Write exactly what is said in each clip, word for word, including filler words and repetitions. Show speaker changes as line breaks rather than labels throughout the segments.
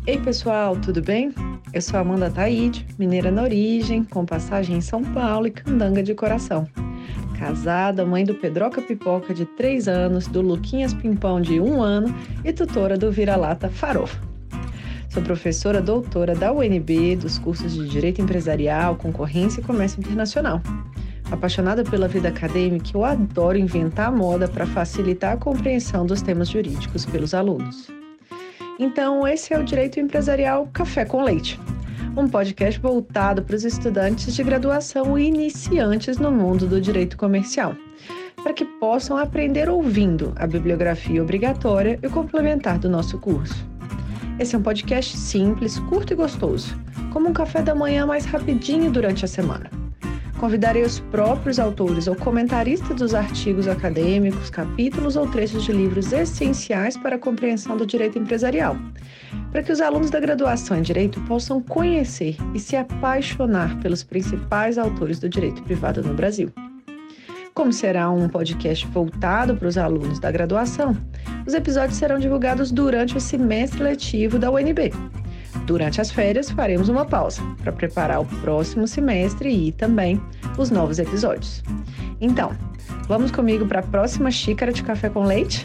Ei pessoal, tudo bem? Eu sou Amanda Taide, mineira na origem, com passagem em São Paulo e candanga de coração. Casada, mãe do Pedroca Pipoca de três anos, do Luquinhas Pimpão de um ano e tutora do Vira-Lata Farofa. Sou professora doutora da U N B, dos cursos de Direito Empresarial, Concorrência e Comércio Internacional. Apaixonada pela vida acadêmica, eu adoro inventar moda para facilitar a compreensão dos temas jurídicos pelos alunos. Então, esse é o Direito Empresarial Café com Leite, um podcast voltado para os estudantes de graduação e iniciantes no mundo do direito comercial, para que possam aprender ouvindo a bibliografia obrigatória e complementar do nosso curso. Esse é um podcast simples, curto e gostoso, como um café da manhã mais rapidinho durante a semana. Convidarei os próprios autores ou comentaristas dos artigos acadêmicos, capítulos ou trechos de livros essenciais para a compreensão do direito empresarial, para que os alunos da graduação em Direito possam conhecer e se apaixonar pelos principais autores do direito privado no Brasil. Como será um podcast voltado para os alunos da graduação, os episódios serão divulgados durante o semestre letivo da U N B. Durante as férias, faremos uma pausa para preparar o próximo semestre e também os novos episódios. Então, vamos comigo para a próxima xícara de café com leite?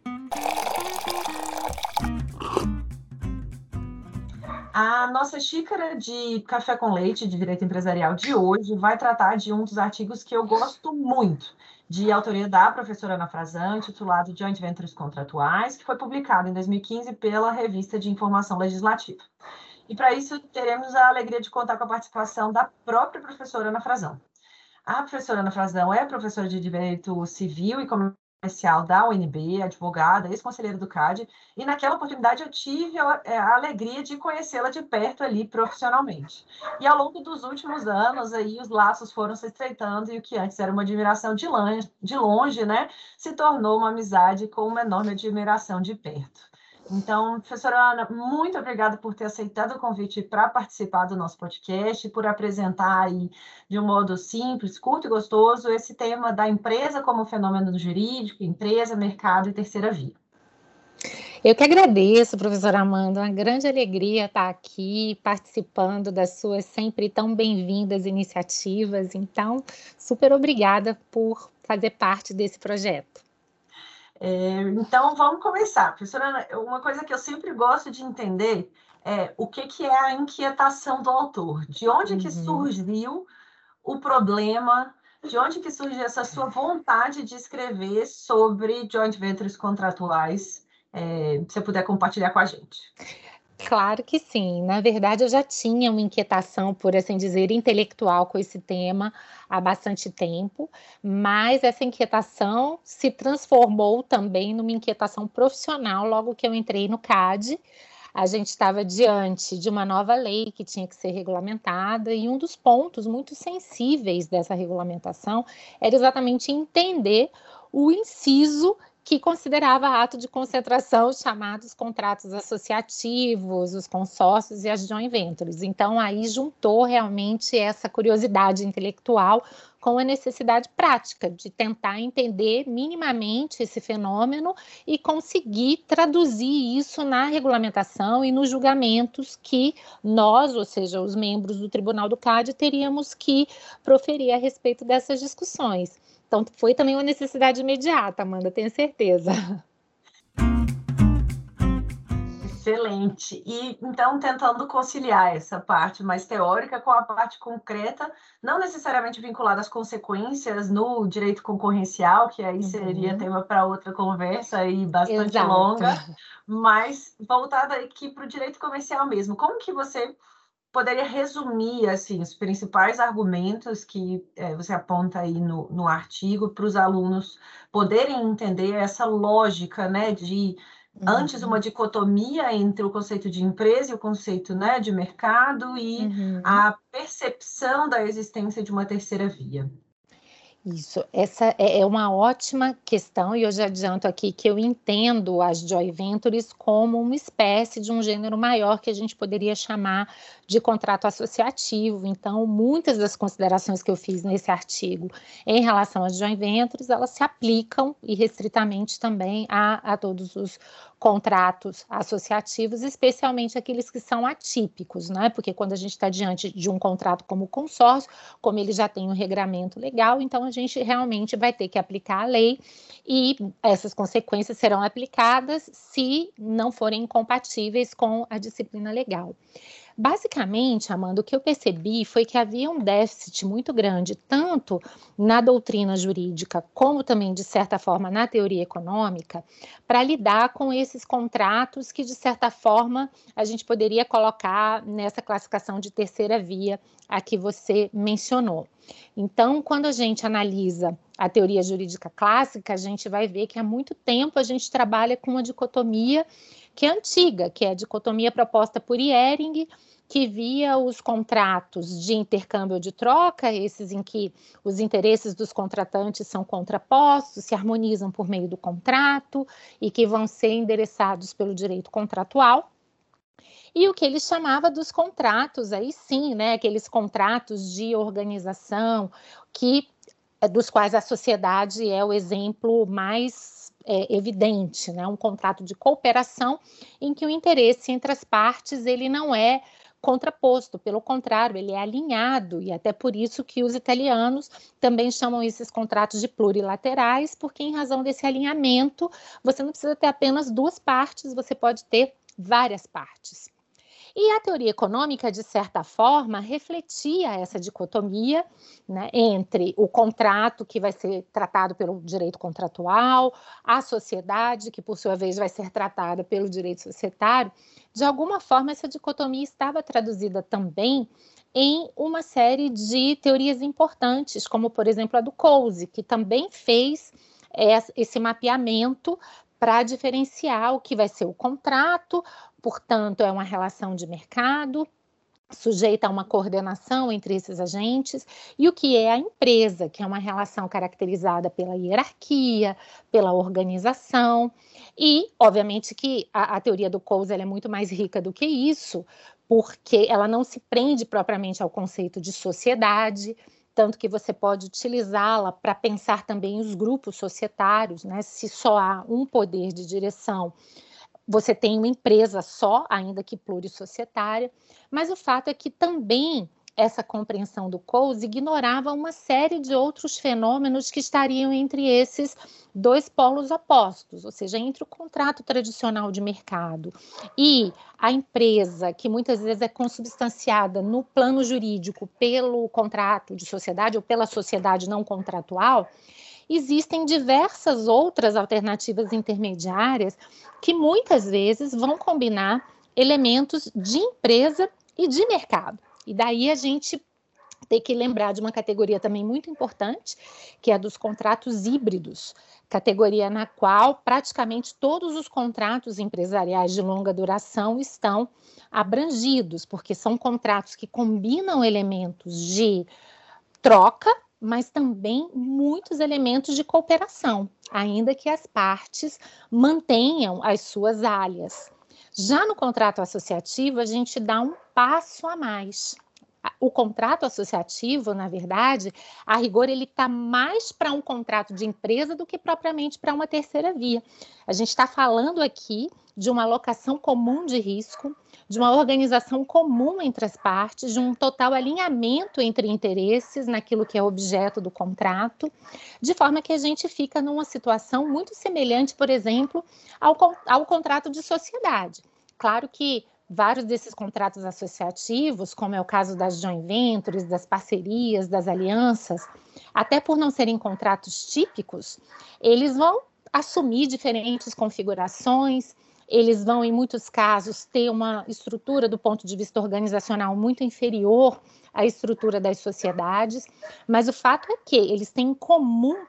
A nossa xícara de café com leite de direito empresarial de hoje vai tratar de um dos artigos que eu gosto muito, de autoria da professora Ana Frazão, intitulado Joint Ventures Contratuais, que foi publicado em dois mil e quinze pela Revista de Informação Legislativa. E para isso teremos a alegria de contar com a participação da própria professora Ana Frazão. A professora Ana Frazão é professora de Direito Civil e Comercial da U N B, advogada, ex-conselheira do C A D, e naquela oportunidade eu tive a, a alegria de conhecê-la de perto ali profissionalmente. E ao longo dos últimos anos, aí, os laços foram se estreitando e o que antes era uma admiração de longe, de longe, né, se tornou uma amizade com uma enorme admiração de perto. Então, professora Ana, muito obrigada por ter aceitado o convite para participar do nosso podcast, por apresentar aí de um modo simples, curto e gostoso esse tema da empresa como fenômeno jurídico, empresa, mercado e terceira via.
Eu que agradeço, professora Amanda, uma grande alegria estar aqui participando das suas sempre tão bem-vindas iniciativas, então, super obrigada por fazer parte desse projeto.
É, então, vamos começar. Professora Ana, uma coisa que eu sempre gosto de entender é o que, que é a inquietação do autor, de onde uhum. que surgiu o problema, de onde que surgiu essa sua vontade de escrever sobre joint ventures contratuais, é, se você puder compartilhar com a gente.
Claro que sim. Na verdade, eu já tinha uma inquietação, por assim dizer, intelectual com esse tema há bastante tempo, mas essa inquietação se transformou também numa inquietação profissional logo que eu entrei no C A D. A gente estava diante de uma nova lei que tinha que ser regulamentada e um dos pontos muito sensíveis dessa regulamentação era exatamente entender o inciso que considerava ato de concentração os chamados contratos associativos, os consórcios e as joint ventures. Então, aí juntou realmente essa curiosidade intelectual com a necessidade prática de tentar entender minimamente esse fenômeno e conseguir traduzir isso na regulamentação e nos julgamentos que nós, ou seja, os membros do Tribunal do C A D, teríamos que proferir a respeito dessas discussões. Então, foi também uma necessidade imediata, Amanda, tenho certeza.
Excelente. E, então, tentando conciliar essa parte mais teórica com a parte concreta, não necessariamente vinculada às consequências no direito concorrencial, que aí uhum. seria tema para outra conversa e bastante Exato. longa, mas voltada aqui para o direito comercial mesmo. Como que você poderia resumir assim, os principais argumentos que é, você aponta aí no, no artigo para os alunos poderem entender essa lógica, né, de uhum. antes uma dicotomia entre o conceito de empresa e o conceito, né, de mercado e uhum. a percepção da existência de uma terceira via?
Isso, essa é é uma ótima questão e eu já adianto aqui que eu entendo as joint ventures como uma espécie de um gênero maior que a gente poderia chamar de contrato associativo. Então, muitas das considerações que eu fiz nesse artigo em relação às joint ventures, elas se aplicam irrestritamente também a, a todos os contratos associativos, especialmente aqueles que são atípicos, né? Porque quando a gente está diante de um contrato como consórcio, como ele já tem um regramento legal, então a gente realmente vai ter que aplicar a lei e essas consequências serão aplicadas se não forem incompatíveis com a disciplina legal. Basicamente, Amanda, o que eu percebi foi que havia um déficit muito grande, tanto na doutrina jurídica, como também, de certa forma, na teoria econômica, para lidar com esses contratos que, de certa forma, a gente poderia colocar nessa classificação de terceira via a que você mencionou. Então, quando a gente analisa a teoria jurídica clássica, a gente vai ver que há muito tempo a gente trabalha com uma dicotomia que é antiga, que é a dicotomia proposta por Ehring, que via os contratos de intercâmbio ou de troca, esses em que os interesses dos contratantes são contrapostos, se harmonizam por meio do contrato e que vão ser endereçados pelo direito contratual. E o que ele chamava dos contratos, aí sim, né, aqueles contratos de organização, que, dos quais a sociedade é o exemplo mais é, evidente, né, um contrato de cooperação em que o interesse entre as partes ele não é contraposto, pelo contrário, ele é alinhado, e até por isso que os italianos também chamam esses contratos de plurilaterais, porque em razão desse alinhamento, você não precisa ter apenas duas partes, você pode ter várias partes. E a teoria econômica, de certa forma, refletia essa dicotomia, né, entre o contrato, que vai ser tratado pelo direito contratual, a sociedade, que por sua vez vai ser tratada pelo direito societário. De alguma forma, essa dicotomia estava traduzida também em uma série de teorias importantes, como, por exemplo, a do Coase, que também fez esse mapeamento para diferenciar o que vai ser o contrato, portanto, é uma relação de mercado, sujeita a uma coordenação entre esses agentes, e o que é a empresa, que é uma relação caracterizada pela hierarquia, pela organização, e, obviamente, que a, a teoria do Coase é muito mais rica do que isso, porque ela não se prende propriamente ao conceito de sociedade, tanto que você pode utilizá-la para pensar também os grupos societários, né? Se só há um poder de direção, você tem uma empresa só, ainda que plurissocietária, mas o fato é que também essa compreensão do Coase ignorava uma série de outros fenômenos que estariam entre esses dois polos opostos, ou seja, entre o contrato tradicional de mercado e a empresa, que muitas vezes é consubstanciada no plano jurídico pelo contrato de sociedade ou pela sociedade não contratual. Existem diversas outras alternativas intermediárias que muitas vezes vão combinar elementos de empresa e de mercado. E daí a gente tem que lembrar de uma categoria também muito importante, que é a dos contratos híbridos, categoria na qual praticamente todos os contratos empresariais de longa duração estão abrangidos, porque são contratos que combinam elementos de troca, mas também muitos elementos de cooperação, ainda que as partes mantenham as suas áreas. Já no contrato associativo, a gente dá um passo a mais. O contrato associativo, na verdade, a rigor, ele está mais para um contrato de empresa do que propriamente para uma terceira via. A gente está falando aqui de uma alocação comum de risco, de uma organização comum entre as partes, de um total alinhamento entre interesses naquilo que é objeto do contrato, de forma que a gente fica numa situação muito semelhante, por exemplo, ao, ao contrato de sociedade. Claro que vários desses contratos associativos, como é o caso das joint ventures, das parcerias, das alianças, até por não serem contratos típicos, eles vão assumir diferentes configurações, eles vão, em muitos casos, ter uma estrutura do ponto de vista organizacional muito inferior à estrutura das sociedades, mas o fato é que eles têm em comum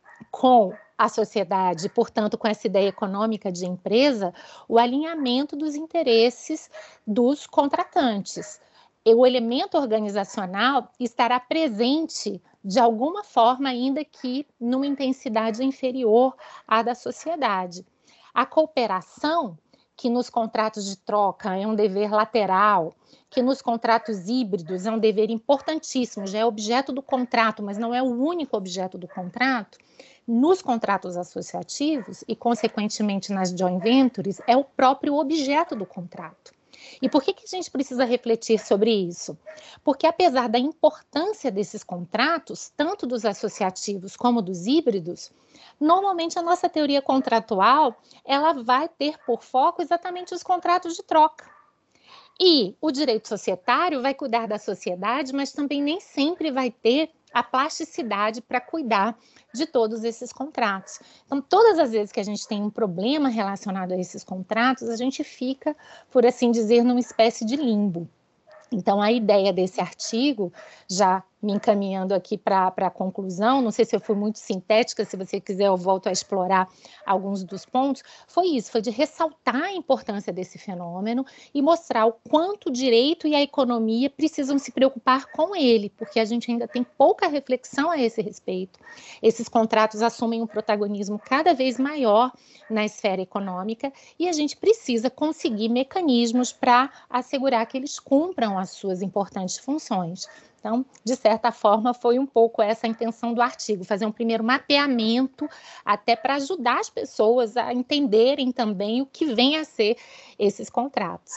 com a sociedade, portanto, com essa ideia econômica de empresa, o alinhamento dos interesses dos contratantes. o elemento organizacional estará presente de alguma forma, ainda que numa intensidade inferior à da sociedade. A cooperação, que nos contratos de troca é um dever lateral, que nos contratos híbridos é um dever importantíssimo, já é objeto do contrato, mas não é o único objeto do contrato, nos contratos associativos e, consequentemente, nas joint ventures, é o próprio objeto do contrato. E por que que a gente precisa refletir sobre isso? Porque, apesar da importância desses contratos, tanto dos associativos como dos híbridos, normalmente a nossa teoria contratual ela vai ter por foco exatamente os contratos de troca. E o direito societário vai cuidar da sociedade, mas também nem sempre vai ter a plasticidade para cuidar de todos esses contratos. Então, todas as vezes que a gente tem um problema relacionado a esses contratos, a gente fica, por assim dizer, numa espécie de limbo. Então, a ideia desse artigo, já me encaminhando aqui para a conclusão, não sei se eu fui muito sintética, se você quiser eu volto a explorar alguns dos pontos, foi isso, foi de ressaltar a importância desse fenômeno e mostrar o quanto o direito e a economia precisam se preocupar com ele, porque a gente ainda tem pouca reflexão a esse respeito. Esses contratos assumem um protagonismo cada vez maior na esfera econômica e a gente precisa conseguir mecanismos para assegurar que eles cumpram as suas importantes funções. Então, de certa forma, foi um pouco essa a intenção do artigo, fazer um primeiro mapeamento, até para ajudar as pessoas a entenderem também o que vem a ser esses contratos.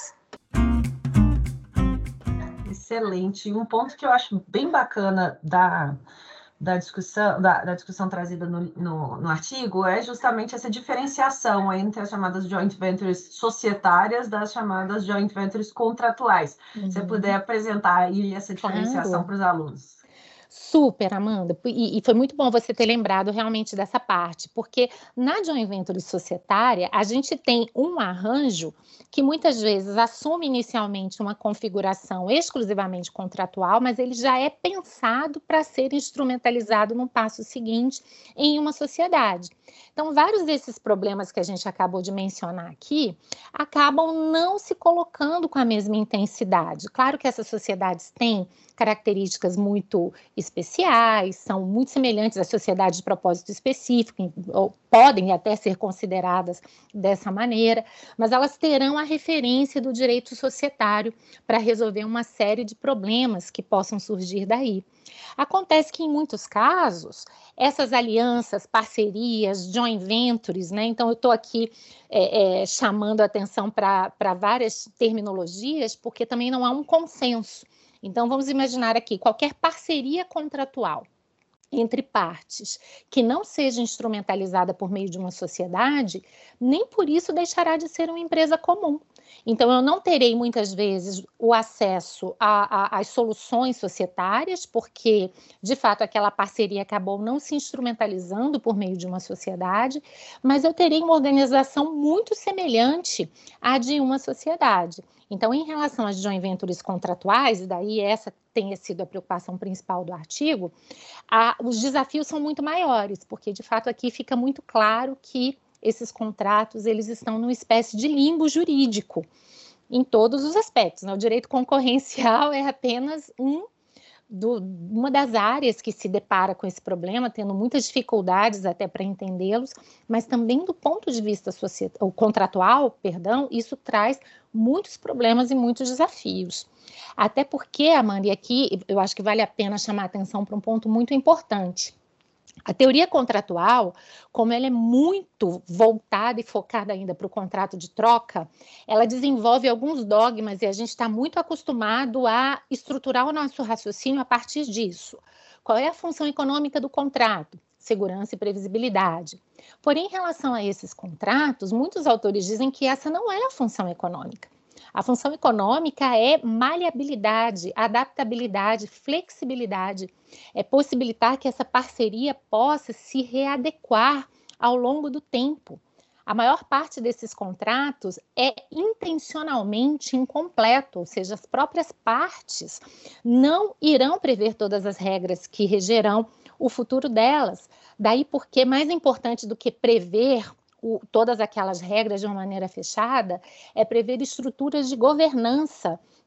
Excelente. Um ponto que eu acho bem bacana da, da, discussão, da, da discussão trazida no, no, no artigo é justamente essa diferenciação entre as chamadas joint ventures societárias das chamadas joint ventures contratuais. Uhum. Se você puder apresentar aí essa diferenciação claro. Para os alunos.
Super, Amanda, e, e foi muito bom você ter lembrado realmente dessa parte, porque na joint venture societária, a gente tem um arranjo que muitas vezes assume inicialmente uma configuração exclusivamente contratual, mas ele já é pensado para ser instrumentalizado no passo seguinte em uma sociedade. Então, vários desses problemas que a gente acabou de mencionar aqui, acabam não se colocando com a mesma intensidade. Claro que essas sociedades têm características muito especiais, são muito semelhantes às sociedades de propósito específico, ou podem até ser consideradas dessa maneira, mas elas terão a referência do direito societário para resolver uma série de problemas que possam surgir daí. Acontece que, em muitos casos, essas alianças, parcerias, joint ventures, né? Então eu estou aqui é, é, chamando a atenção para várias terminologias, porque também não há um consenso. Então, vamos imaginar aqui, qualquer parceria contratual entre partes que não seja instrumentalizada por meio de uma sociedade, nem por isso deixará de ser uma empresa comum. Então, eu não terei, muitas vezes, o acesso às soluções societárias, porque, de fato, aquela parceria acabou não se instrumentalizando por meio de uma sociedade, mas eu terei uma organização muito semelhante à de uma sociedade. Então, em relação às joint ventures contratuais, e daí essa tenha sido a preocupação principal do artigo, a, os desafios são muito maiores, porque, de fato, aqui fica muito claro que esses contratos eles estão numa espécie de limbo jurídico, em todos os aspectos, né? O direito concorrencial é apenas um Do, uma das áreas que se depara com esse problema, tendo muitas dificuldades até para entendê-los, mas também do ponto de vista societ... ou contratual, perdão, isso traz muitos problemas e muitos desafios. Até porque, Amanda, e aqui eu acho que vale a pena chamar a atenção para um ponto muito importante. A teoria contratual, como ela é muito voltada e focada ainda para o contrato de troca, ela desenvolve alguns dogmas e a gente está muito acostumado a estruturar o nosso raciocínio a partir disso. Qual é a função econômica do contrato? Segurança e previsibilidade. Porém, em relação a esses contratos, muitos autores dizem que essa não é a função econômica. A função econômica é maleabilidade, adaptabilidade, flexibilidade. É possibilitar que essa parceria possa se readequar ao longo do tempo. A maior parte desses contratos é intencionalmente incompleto, ou seja, as próprias partes não irão prever todas as regras que regerão o futuro delas. Daí porque mais importante do que prever O, todas aquelas regras de uma maneira fechada, é prever estruturas de governança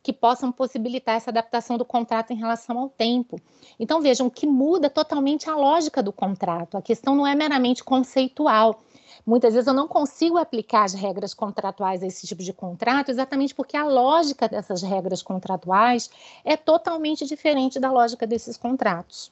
que possam possibilitar essa adaptação do contrato em relação ao tempo. Então, vejam que muda totalmente a lógica do contrato. A questão não é meramente conceitual. Muitas vezes eu não consigo aplicar as regras contratuais a esse tipo de contrato, exatamente porque a lógica dessas regras contratuais é totalmente diferente da lógica desses contratos.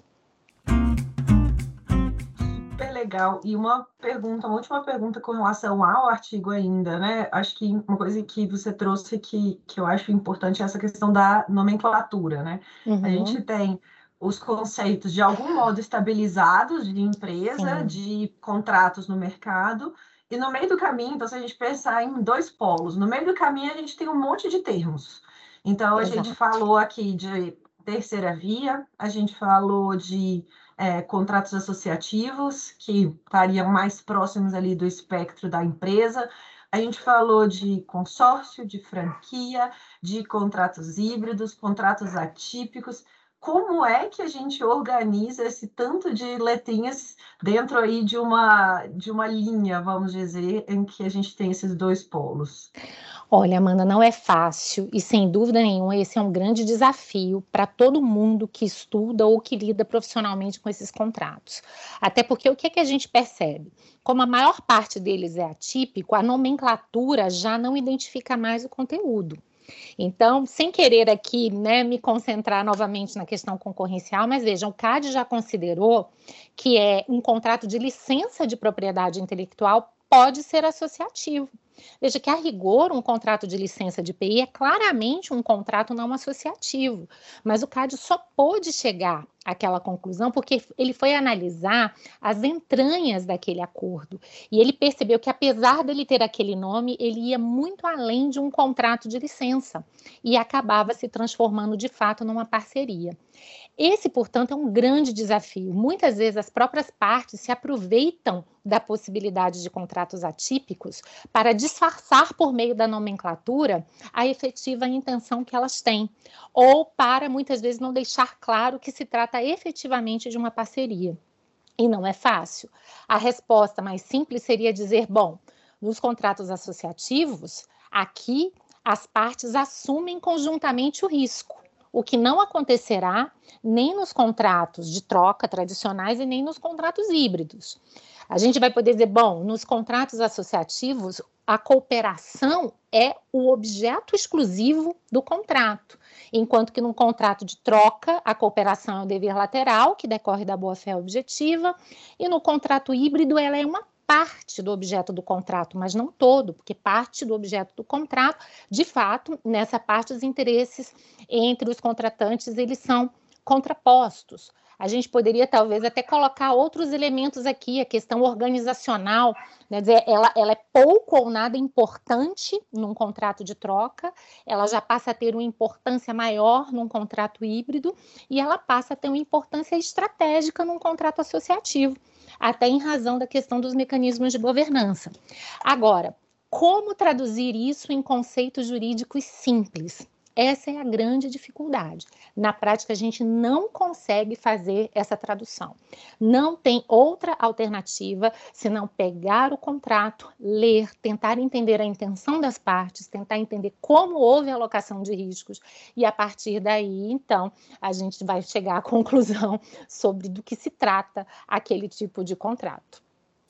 Super legal. E uma pergunta, uma última pergunta com relação ao artigo ainda, né? Acho que uma coisa que você trouxe que, que eu acho importante é essa questão da nomenclatura, né?
Uhum.
A gente tem os conceitos de algum modo estabilizados de empresa,
Sim.
de contratos no mercado, e no meio do caminho, então, se a gente pensar em dois polos, no meio do caminho a gente tem um monte de termos. Então, a
Exato.
gente falou aqui de terceira via, a gente falou de é, contratos associativos, que estariam mais próximos ali do espectro da empresa. A gente falou de consórcio, de franquia, de contratos híbridos, contratos atípicos. Como é que a gente organiza esse tanto de letrinhas dentro aí de uma, de uma linha, vamos dizer, em que a gente tem esses dois polos?
Olha, Amanda, não é fácil e, sem dúvida nenhuma, esse é um grande desafio para todo mundo que estuda ou que lida profissionalmente com esses contratos. Até porque o que é que a gente percebe? Como a maior parte deles é atípico, a nomenclatura já não identifica mais o conteúdo. Então, sem querer aqui, né, me concentrar novamente na questão concorrencial, mas vejam, o C A D já considerou que é um contrato de licença de propriedade intelectual pode ser associativo. Veja que, a rigor, um contrato de licença de P I é claramente um contrato não associativo, mas o C A D só pôde chegar àquela conclusão porque ele foi analisar as entranhas daquele acordo e ele percebeu que, apesar dele ter aquele nome, ele ia muito além de um contrato de licença e acabava se transformando, de fato, numa parceria. Esse, portanto, é um grande desafio. Muitas vezes as próprias partes se aproveitam da possibilidade de contratos atípicos para disfarçar por meio da nomenclatura a efetiva intenção que elas têm, ou para, muitas vezes, não deixar claro que se trata efetivamente de uma parceria. E não é fácil. A resposta mais simples seria dizer, bom, nos contratos associativos, aqui as partes assumem conjuntamente o risco, o que não acontecerá nem nos contratos de troca tradicionais e nem nos contratos híbridos. A gente vai poder dizer, bom, nos contratos associativos, a cooperação é o objeto exclusivo do contrato, enquanto que no contrato de troca, a cooperação é o dever lateral, que decorre da boa-fé objetiva, e no contrato híbrido ela é uma parte do objeto do contrato, mas não todo, porque parte do objeto do contrato, de fato, nessa parte os interesses entre os contratantes, eles são contrapostos. A gente poderia talvez até colocar outros elementos aqui, a questão organizacional, né, dizer, ela, ela é pouco ou nada importante num contrato de troca, ela já passa a ter uma importância maior num contrato híbrido e ela passa a ter uma importância estratégica num contrato associativo, até em razão da questão dos mecanismos de governança. Agora, como traduzir isso em conceitos jurídicos simples? Essa é a grande dificuldade. Na prática, a gente não consegue fazer essa tradução. Não tem outra alternativa senão pegar o contrato, ler, tentar entender a intenção das partes, tentar entender como houve a alocação de riscos e, a partir daí, então, a gente vai chegar à conclusão sobre do que se trata aquele tipo de contrato.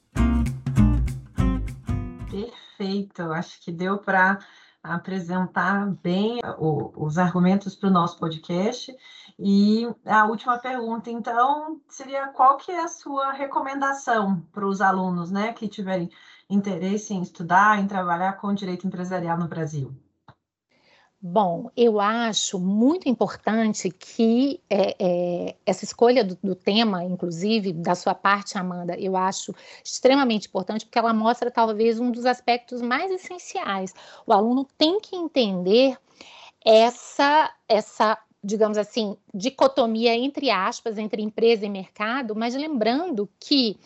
Perfeito, acho que deu para apresentar bem o, os argumentos para o nosso podcast. E a última pergunta, então, seria qual que é a sua recomendação para os alunos, né, que tiverem interesse em estudar, em trabalhar com direito empresarial no Brasil?
Bom, eu acho muito importante que é, é, essa escolha do, do tema, inclusive, da sua parte, Amanda, eu acho extremamente importante, porque ela mostra talvez um dos aspectos mais essenciais. O aluno tem que entender essa, essa, digamos assim, dicotomia entre aspas, entre empresa e mercado, mas lembrando que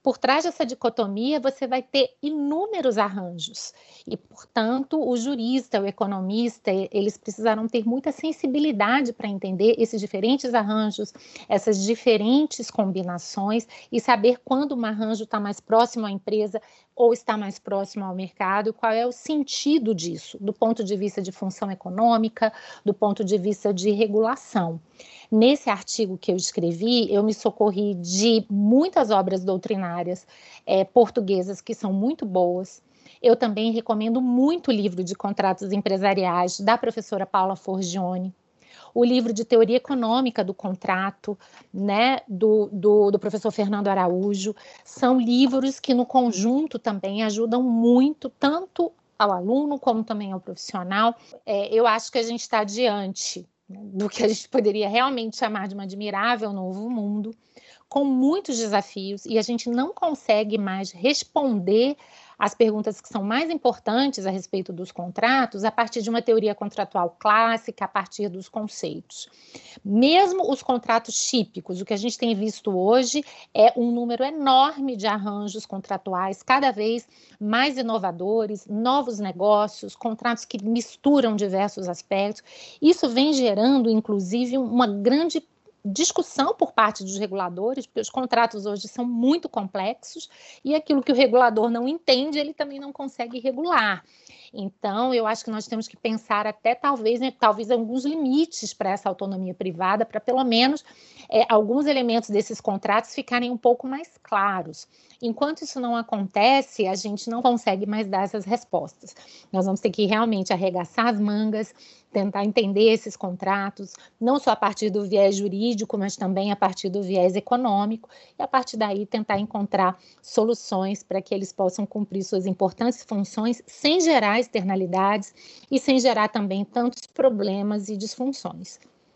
Por trás dessa dicotomia, você vai ter inúmeros arranjos. E, portanto, o jurista, o economista, eles precisarão ter muita sensibilidade para entender esses diferentes arranjos, essas diferentes combinações e saber quando um arranjo está mais próximo à empresa ou está mais próximo ao mercado, qual é o sentido disso, do ponto de vista de função econômica, do ponto de vista de regulação. Nesse artigo que eu escrevi, eu me socorri de muitas obras doutrinárias é, portuguesas que são muito boas. Eu também recomendo muito o livro de contratos empresariais da professora Paula Forgione, o livro de teoria econômica do contrato, né, do, do, do professor Fernando Araújo. São livros que, no conjunto, também ajudam muito, tanto ao aluno como também ao profissional. É, eu acho que a gente está diante do que a gente poderia realmente chamar de um admirável novo mundo, com muitos desafios, e a gente não consegue mais responder as perguntas que são mais importantes a respeito dos contratos a partir de uma teoria contratual clássica, a partir dos conceitos. Mesmo os contratos típicos, o que a gente tem visto hoje é um número enorme de arranjos contratuais, cada vez mais inovadores, novos negócios, contratos que misturam diversos aspectos. Isso vem gerando, inclusive, uma grande discussão por parte dos reguladores, porque os contratos hoje são muito complexos e aquilo que o regulador não entende, ele também não consegue regular. Então, eu acho que nós temos que pensar até talvez, né, talvez alguns limites para essa autonomia privada, para pelo menos é, alguns elementos desses contratos ficarem um pouco mais claros. Enquanto isso não acontece, a gente não consegue mais dar essas respostas. Nós vamos ter que realmente arregaçar as mangas, tentar entender esses contratos, não só a partir do viés jurídico, mas também a partir do viés econômico, e a partir daí tentar encontrar soluções para que eles possam cumprir suas importantes funções sem gerar externalidades e sem gerar também tantos problemas e disfunções.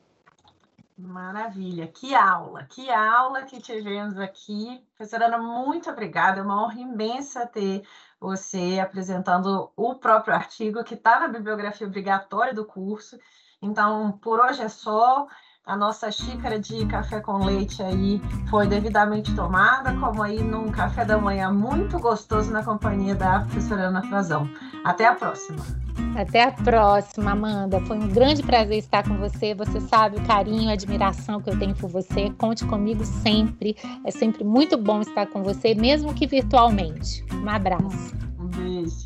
Maravilha, que aula, que aula que tivemos aqui. Professora Ana, muito obrigada, é uma honra imensa ter você apresentando o próprio artigo que está na bibliografia obrigatória do curso. Então, por hoje é só. A nossa xícara de café com leite aí foi devidamente tomada, como aí num café da manhã muito gostoso na companhia da professora Ana Frazão. Até a próxima.
Até a próxima, Amanda. Foi um grande prazer estar com você. Você sabe o carinho, a admiração que eu tenho por você. Conte comigo sempre. É sempre muito bom estar com você, mesmo que virtualmente. Um abraço.
Um beijo.